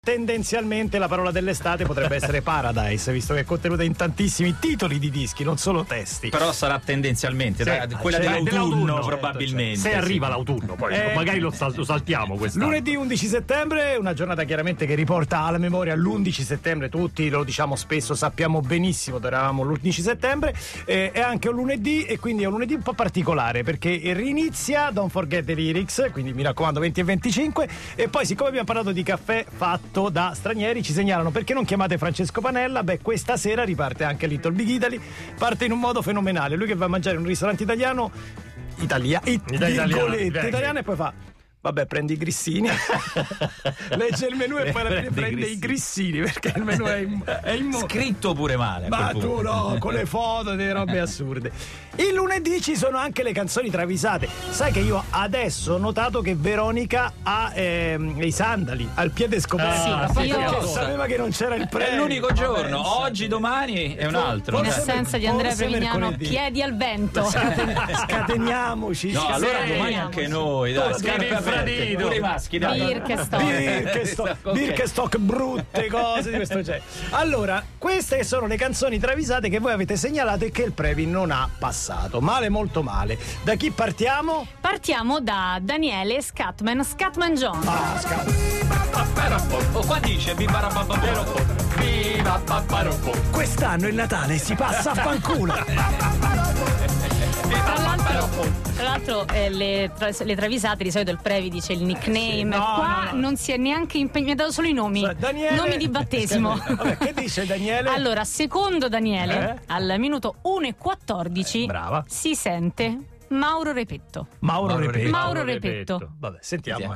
Tendenzialmente la parola dell'estate potrebbe essere Paradise, visto che è contenuta in tantissimi titoli di dischi, non solo testi. Però sarà tendenzialmente quella dell'autunno probabilmente. Se arriva l'autunno, poi magari lo saltiamo quest'anno. Lunedì 11 settembre, una giornata chiaramente che riporta alla memoria l'11 settembre, tutti lo diciamo spesso, sappiamo benissimo dove eravamo l'11 settembre, è anche un lunedì e quindi è un lunedì un po' particolare perché rinizia Don't Forget the Lyrics, quindi mi raccomando 20 e 25, e poi siccome abbiamo parlato di caffè fatto da stranieri ci segnalano perché non chiamate Francesco Panella. Questa sera riparte anche Little Big Italy, parte in un modo fenomenale, lui che va a mangiare in un ristorante italiano italiano e poi fa vabbè, prendi i grissini. Legge il menù e poi alla fine prende i grissini perché il menù è scritto pure male. Ma tu no, con le foto, delle robe assurde. Il lunedì ci sono anche le canzoni travisate. Sai che io adesso ho notato che Veronica ha i sandali al piede scoperto. Io sapeva che non c'era il premio. È l'unico giorno, oggi, domani è un altro. In assenza di Andrea Prevignano, piedi al vento. Scateniamoci. No, allora domani anche noi, dai, scarpe aperte. Pure i maschi, dai. Birkenstock, brutte cose di questo genere. Allora, queste sono le canzoni travisate che voi avete segnalato e che il Previ non ha passato. Male, molto male. Da chi partiamo? Partiamo da Daniele Scatman John. Qua dice quest'anno il Natale si passa a fanculo. Tra l'altro le travisate di solito il Previ dice il nickname, qua non si è neanche impegnato, mi ha dato solo i nomi. Daniele, nomi di battesimo. Vabbè, che dice Daniele? Allora, secondo Daniele, al minuto 1:14 si sente Mauro Repetto. Mauro Repetto. Vabbè, sentiamo.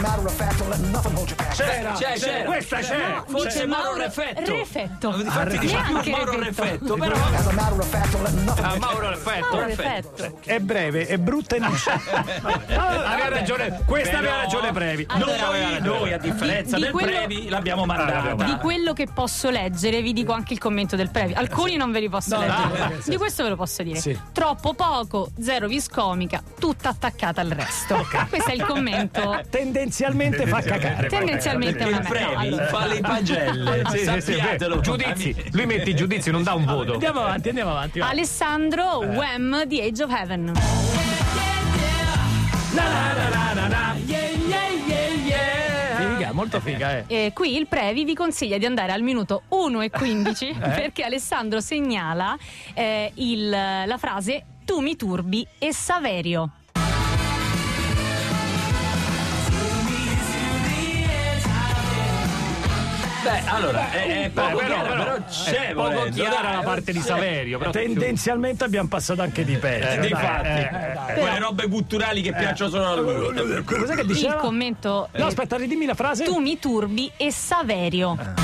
C'era. Questa c'è. No, dice Mauro Refetto. Infatti dice più Mauro Refetto, però Mauro Refetto. È breve, è brutta e non c'è. Aveva ragione, questa aveva ragione Previ. Noi a differenza del Previ l'abbiamo mandata. Di quello che posso leggere vi dico anche il commento del Previ. Alcuni non ve li posso leggere. Di questo ve lo posso dire. Sì. Troppo poco, zero comica, tutta attaccata al resto. Questo è il commento. Tendenzialmente fa cacare. Tendenzialmente il Previ fa le pagelle. Sappiatelo. Giudizi. Lui mette i giudizi, non dà un voto. Andiamo avanti. Alessandro Wham di Age of Heaven. Figa, molto figa, Qui il Previ vi consiglia di andare al minuto 1:15 perché Alessandro segnala la frase "tu mi turbi" e Saverio. Beh, allora, è poco chiaro, però c'è poco chiara la parte di Saverio. Però tendenzialmente abbiamo passato anche di peggio. Difatti, quelle robe culturali che piacciono solo a lui. Cos'è che diceva? Il commento. No, aspetta, ridimmi la frase. "Tu mi turbi" e Saverio.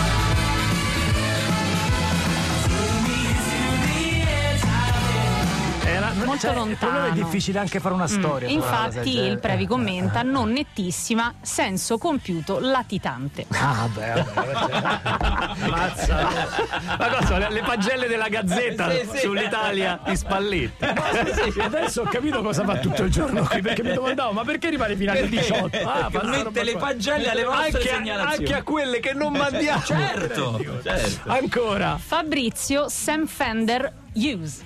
Molto lontano. Il problema è difficile anche fare una storia. Infatti il Previ commenta: non nettissima, senso compiuto latitante. Vabbè. Mazza. Ma cosa? Le pagelle della Gazzetta sull'Italia di Spalletti. Adesso ho capito cosa fa tutto il giorno qui, perché mi domandavo ma perché rimane fino alle 18? Mette le pagelle alle vostre segnalazioni. Anche a quelle che non mandiamo. Certo. Ancora Fabrizio Sam Fender Hughes.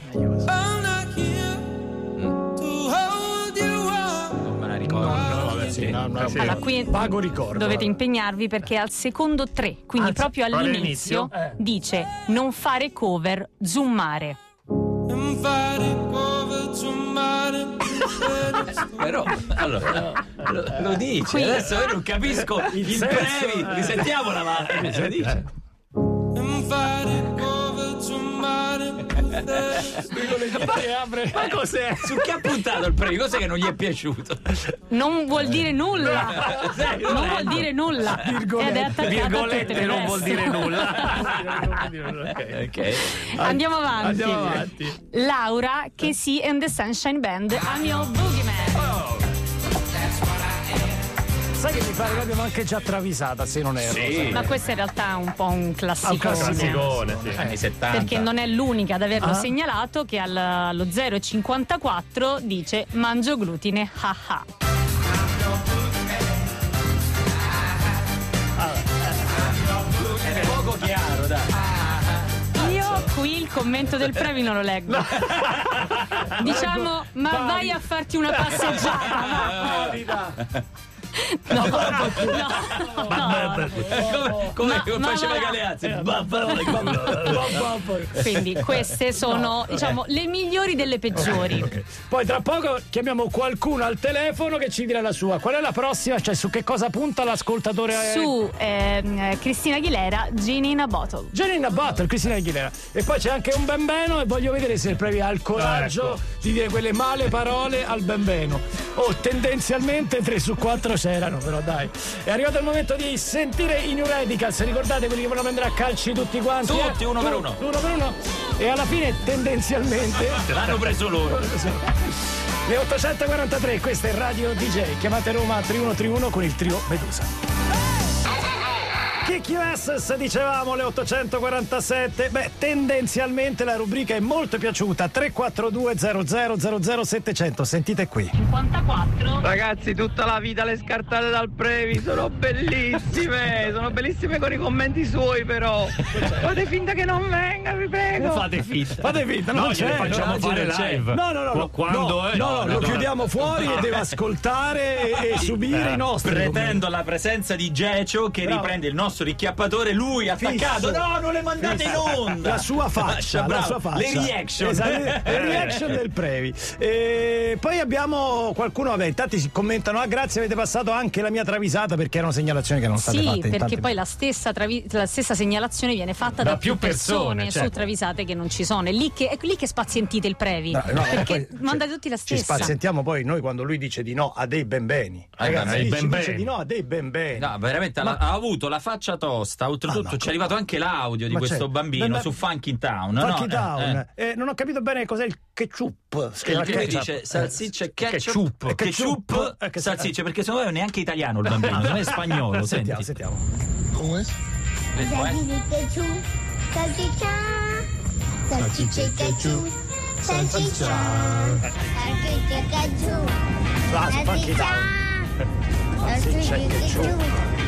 Allora, qui vago ricordo. dovete impegnarvi perché al secondo 3, quindi proprio all'inizio, dice "non fare cover, zoomare". Però allora lo dice. Qui. Adesso io non capisco il Previ. Risentiamo la mano. Se dice. Ma cos'è? Su che ha puntato il Previ? Cos'è che non gli è piaciuto? Non vuol dire nulla. Non vuol dire nulla. Virgolette non vuol dire nulla. Ok. Andiamo avanti. Laura Casey and the Sunshine Band, I'm Your Boogeyman. Sai che mi pare che l'abbiamo anche già travisata, se non erro. Sì. Ma questo in realtà è un po' un classicone. Anni 70. Perché non è l'unica ad averlo segnalato, che allo 0,54 dice "mangio glutine, haha". commento del Previ non lo leggo. Diciamo, ma vai a farti una passeggiata. No. Come faceva Galeazzi. Quindi queste sono, diciamo, le migliori delle peggiori. Okay. Poi tra poco chiamiamo qualcuno al telefono che ci dirà la sua. Qual è la prossima? Cioè, su che cosa punta l'ascoltatore? Su Cristina Aguilera, Genie in a Bottle. Genie in a Bottle, Cristina Aguilera. E poi c'è anche un Benveno e voglio vedere se il Previ ha il coraggio di dire quelle male parole al Benveno. Tendenzialmente 3 su 4 c'erano, però dai. È arrivato il momento di sentire i New Radicals. Ricordate quelli che vogliono prendere a calci tutti quanti? Tutti, uno per uno. E alla fine tendenzialmente l'hanno preso loro. Le 843, questa è Radio DJ. Chiamate Roma 3131 con il trio Medusa. Kick You Asses, dicevamo, le 847. Beh, tendenzialmente la rubrica è molto piaciuta. 342 00 700. Sentite qui. 54. Ragazzi, tutta la vita le scartate dal Previ sono bellissime. Sono bellissime con i commenti suoi, però. Fate finta che non venga, vi prego. Fate finta, non c'è. Le facciamo fare live. No. Quando è? No, lo chiudiamo fuori e deve ascoltare e subire i nostri. Pretendo la presenza di Gecio che riprende il nostro ricchiappatore, lui attaccato. No, non le mandate in onda. La sua faccia, le reaction. Esatto, le reaction del Previ. Poi abbiamo qualcuno, intanto si commentano: grazie, avete passato anche la mia travisata, perché erano segnalazioni che non state fatte. Sì, perché poi la stessa segnalazione viene fatta da più persone su travisate che non ci sono. È lì che spazientite il Previ. Perché mandate tutti la stessa. Ci spazientiamo poi noi quando lui dice di no a dei benbeni. Ragazzi, dice di no a dei benbeni. No, veramente ha avuto la faccia tosta. Oltretutto ci è arrivato anche l'audio di questo bambino su Funky Town. Funky Town. Non ho capito bene cos'è il ketchup. Lui dice salsiccia e ketchup, salsiccia, perché secondo me non è neanche italiano il bambino, non è spagnolo. Sentiamo. Come? Salsiccia e ketchup. Salsiccia. Funky Town. Salsiccia e ketchup.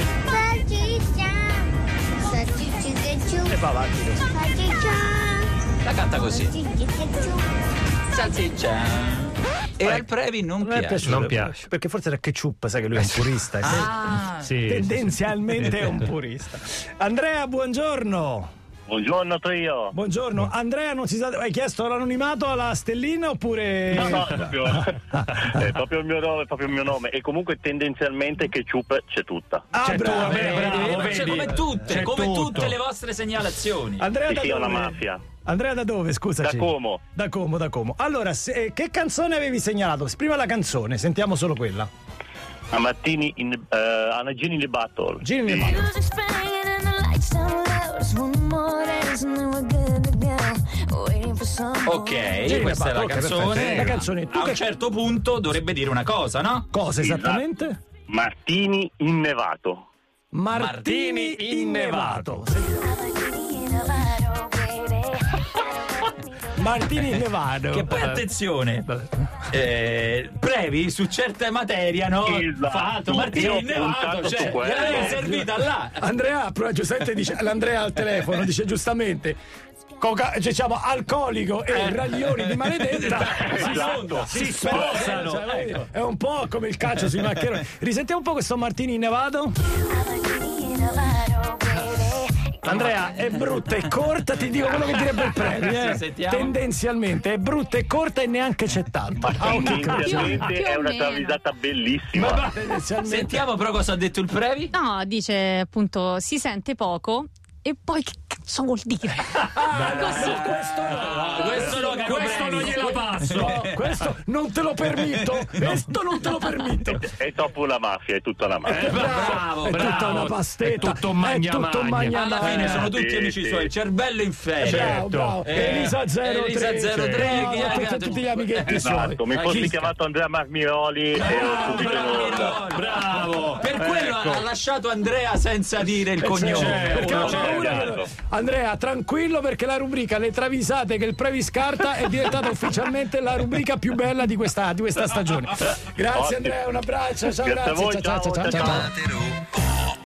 E va avanti così. La canta così. Salsiccia. E al Previ non piace. Perché forse era ketchup, sai che lui è un purista. Tendenzialmente è un purista. Andrea, buongiorno. Buongiorno trio. Buongiorno. Andrea, non si sa, hai chiesto l'anonimato alla stellina oppure? No, è proprio il mio nome. E comunque tendenzialmente ketchup c'è tutta. Bravo, vedi. Come tutte le vostre segnalazioni. Andrea, sì, è una mafia. Andrea, da dove? Scusaci. Da Como. Allora, che canzone avevi segnalato? Prima la canzone, sentiamo solo quella. A Martini in Genie in the Bottle. Genie in the Bottle. Ok, questa è la canzone. La canzone. A un certo punto dovrebbe dire una cosa, no? Cosa esattamente? Martini innevato. Martini innevato. Martini innevato. Che poi attenzione, Previ su certe materie, no? Fatto Martini innevato, cioè è servita là. Andrea, giustamente dice, l'Andrea al telefono dice giustamente diciamo alcolico e raglioni di maledetta si sposano. Cioè, è un po' come il calcio sui maccheroni. Risentiamo un po' questo Martini innevato. Andrea, è brutta e corta, ti dico quello che direbbe il Previ. Tendenzialmente è brutta e corta e neanche c'è tanto. Tendenzialmente è una travisata bellissima. Sentiamo però cosa ha detto il Previ. No, dice appunto si sente poco. E poi che cazzo vuol dire? Questo non gliela passo. No, questo non te lo permetto. Questo non te lo permetto. È troppo una mafia, è tutta una mafia. Bravo. È tutta una pastetta. È tutto magna. Alla fine sono tutti amici suoi. Il cervello in ferie. Bravo. Elisa 03. Tutti gli amichetti suoi. Mi fossi chiamato Andrea Marmiroli. Bravo. Per quello ha lasciato Andrea senza dire il cognome. Andrea, tranquillo, perché la rubrica Le travisate che il Previ scarta è diventata ufficialmente la rubrica più bella di questa stagione. Grazie Andrea, un abbraccio, ciao, grazie. Ciao.